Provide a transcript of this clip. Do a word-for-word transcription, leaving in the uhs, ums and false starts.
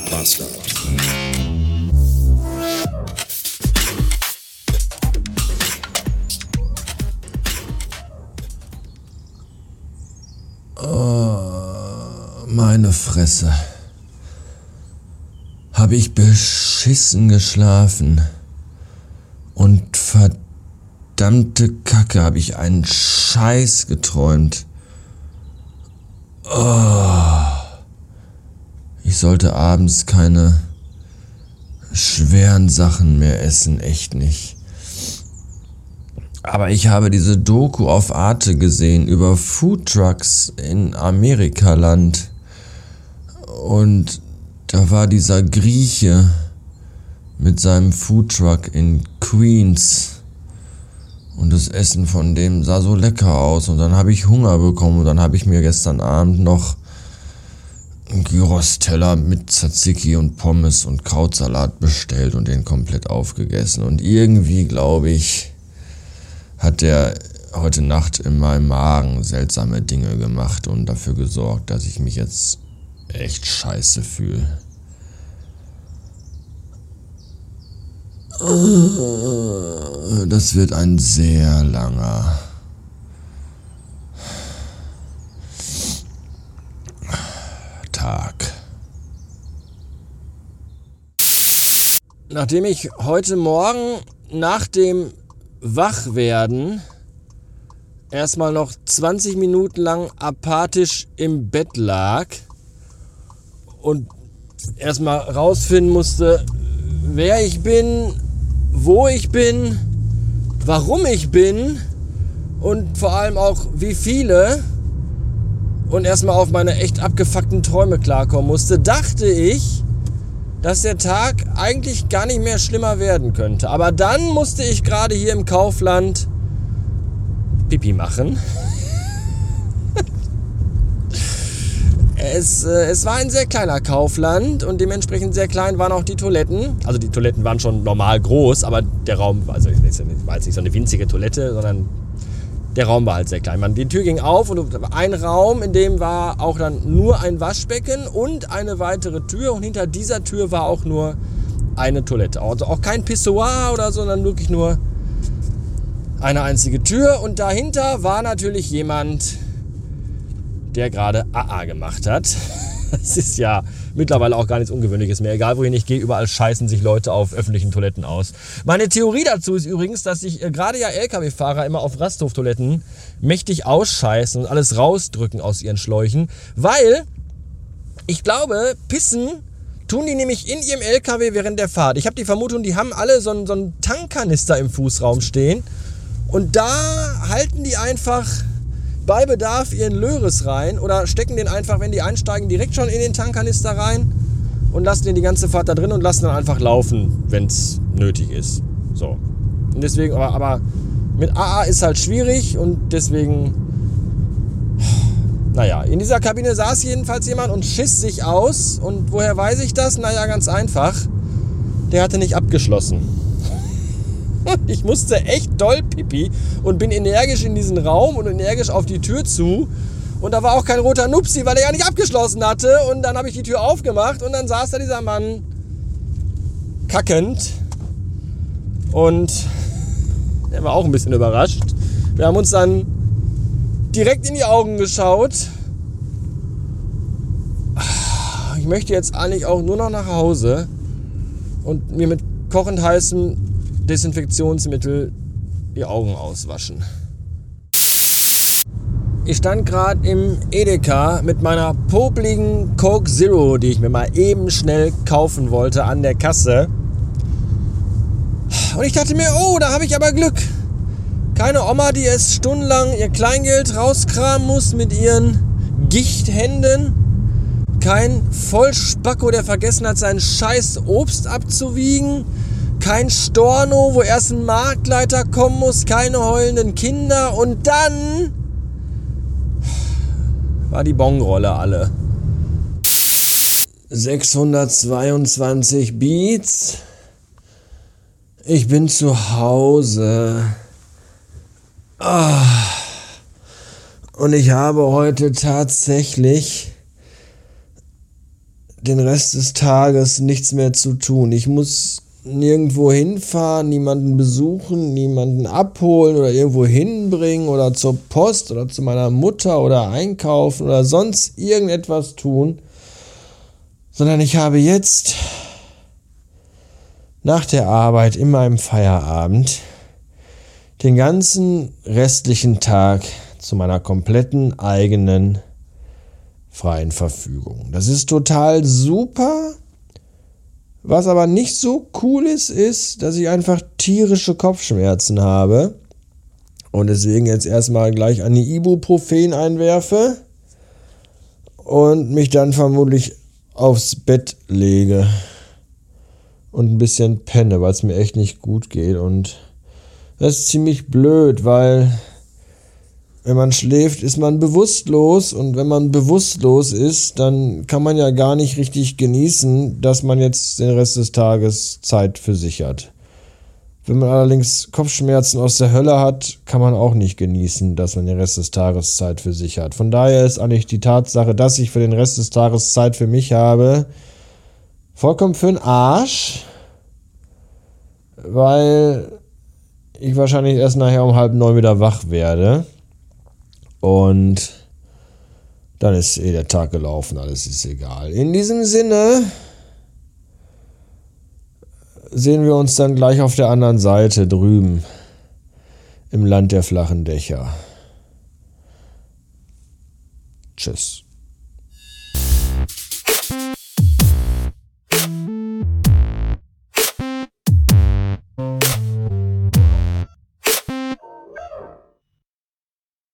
Master. Oh, meine Fresse. Hab ich beschissen geschlafen. Und verdammte Kacke, hab ich einen Scheiß geträumt. Oh. Ich sollte abends keine schweren Sachen mehr essen, echt nicht. Aber ich habe diese Doku auf Arte gesehen über Foodtrucks in Amerikaland. Und da war dieser Grieche mit seinem Foodtruck in Queens. Und das Essen von dem sah so lecker aus. Und dann habe ich Hunger bekommen. Und dann habe ich mir gestern Abend noch einen Gyros-Teller mit Tzatziki und Pommes und Krautsalat bestellt und den komplett aufgegessen. Und irgendwie, glaube ich, hat der heute Nacht in meinem Magen seltsame Dinge gemacht und dafür gesorgt, dass ich mich jetzt echt scheiße fühle. Das wird ein sehr langer Tag. Nachdem ich heute Morgen nach dem Wachwerden erstmal noch zwanzig Minuten lang apathisch im Bett lag und erstmal rausfinden musste, wer ich bin, wo ich bin, warum ich bin und vor allem auch wie viele und erstmal auf meine echt abgefuckten Träume klarkommen musste, dachte ich, dass der Tag eigentlich gar nicht mehr schlimmer werden könnte. Aber dann musste ich gerade hier im Kaufland Pipi machen. es, äh, es war ein sehr kleiner Kaufland und dementsprechend sehr klein waren auch die Toiletten. Also die Toiletten waren schon normal groß, aber der Raum, also war jetzt nicht so eine winzige Toilette, sondern der Raum war halt sehr klein. Man, die Tür ging auf und ein Raum, in dem war auch dann nur ein Waschbecken und eine weitere Tür und hinter dieser Tür war auch nur eine Toilette. Also auch kein Pissoir oder so, sondern wirklich nur eine einzige Tür und dahinter war natürlich jemand, der gerade A A gemacht hat. Das ist ja mittlerweile auch gar nichts Ungewöhnliches mehr. Egal wohin ich gehe, überall scheißen sich Leute auf öffentlichen Toiletten aus. Meine Theorie dazu ist übrigens, dass sich äh, gerade ja L K W-Fahrer immer auf Rasthoftoiletten mächtig ausscheißen und alles rausdrücken aus ihren Schläuchen, weil ich glaube, pissen tun die nämlich in ihrem L K W während der Fahrt. Ich habe die Vermutung, die haben alle so einen, so einen Tankkanister im Fußraum stehen und da halten die einfach bei Bedarf ihren Löres rein oder stecken den einfach, wenn die einsteigen, direkt schon in den Tankkanister rein und lassen den die ganze Fahrt da drin und lassen dann einfach laufen, wenn es nötig ist. So. Und deswegen, aber, aber mit A A ist halt schwierig und deswegen, naja, in dieser Kabine saß jedenfalls jemand und schiss sich aus. Und woher weiß ich das? Naja, ganz einfach. Der hatte nicht abgeschlossen. Ich musste echt doll pipi und bin energisch in diesen Raum und energisch auf die Tür zu. Und da war auch kein roter Nupsi, weil er ja nicht abgeschlossen hatte. Und dann habe ich die Tür aufgemacht und dann saß da dieser Mann kackend. Und er war auch ein bisschen überrascht. Wir haben uns dann direkt in die Augen geschaut. Ich möchte jetzt eigentlich auch nur noch nach Hause und mir mit kochend heißem Desinfektionsmittel die Augen auswaschen. Ich stand gerade im Edeka mit meiner popligen Coke Zero, die ich mir mal eben schnell kaufen wollte, an der Kasse. Und ich dachte mir, oh, da habe ich aber Glück. Keine Oma, die es stundenlang ihr Kleingeld rauskramen muss mit ihren Gichthänden. Kein Vollspacko, der vergessen hat, sein scheiß Obst abzuwiegen. Kein Storno, wo erst ein Marktleiter kommen muss. Keine heulenden Kinder. Und dann war die Bonrolle alle. sechshundertzweiundzwanzig Beats. Ich bin zu Hause. Ah. Und ich habe heute tatsächlich den Rest des Tages nichts mehr zu tun. Ich muss nirgendwo hinfahren, niemanden besuchen, niemanden abholen oder irgendwo hinbringen oder zur Post oder zu meiner Mutter oder einkaufen oder sonst irgendetwas tun, sondern ich habe jetzt nach der Arbeit in meinem Feierabend den ganzen restlichen Tag zu meiner kompletten eigenen freien Verfügung. Das ist total super. Was aber nicht so cool ist, ist, dass ich einfach tierische Kopfschmerzen habe und deswegen jetzt erstmal gleich eine Ibuprofen einwerfe und mich dann vermutlich aufs Bett lege und ein bisschen penne, weil es mir echt nicht gut geht. Und das ist ziemlich blöd, weil wenn man schläft, ist man bewusstlos und wenn man bewusstlos ist, dann kann man ja gar nicht richtig genießen, dass man jetzt den Rest des Tages Zeit für sich hat. Wenn man allerdings Kopfschmerzen aus der Hölle hat, kann man auch nicht genießen, dass man den Rest des Tages Zeit für sich hat. Von daher ist eigentlich die Tatsache, dass ich für den Rest des Tages Zeit für mich habe, vollkommen für den Arsch, weil ich wahrscheinlich erst nachher um halb neun wieder wach werde. Und dann ist eh der Tag gelaufen, alles ist egal. In diesem Sinne sehen wir uns dann gleich auf der anderen Seite drüben im Land der flachen Dächer. Tschüss.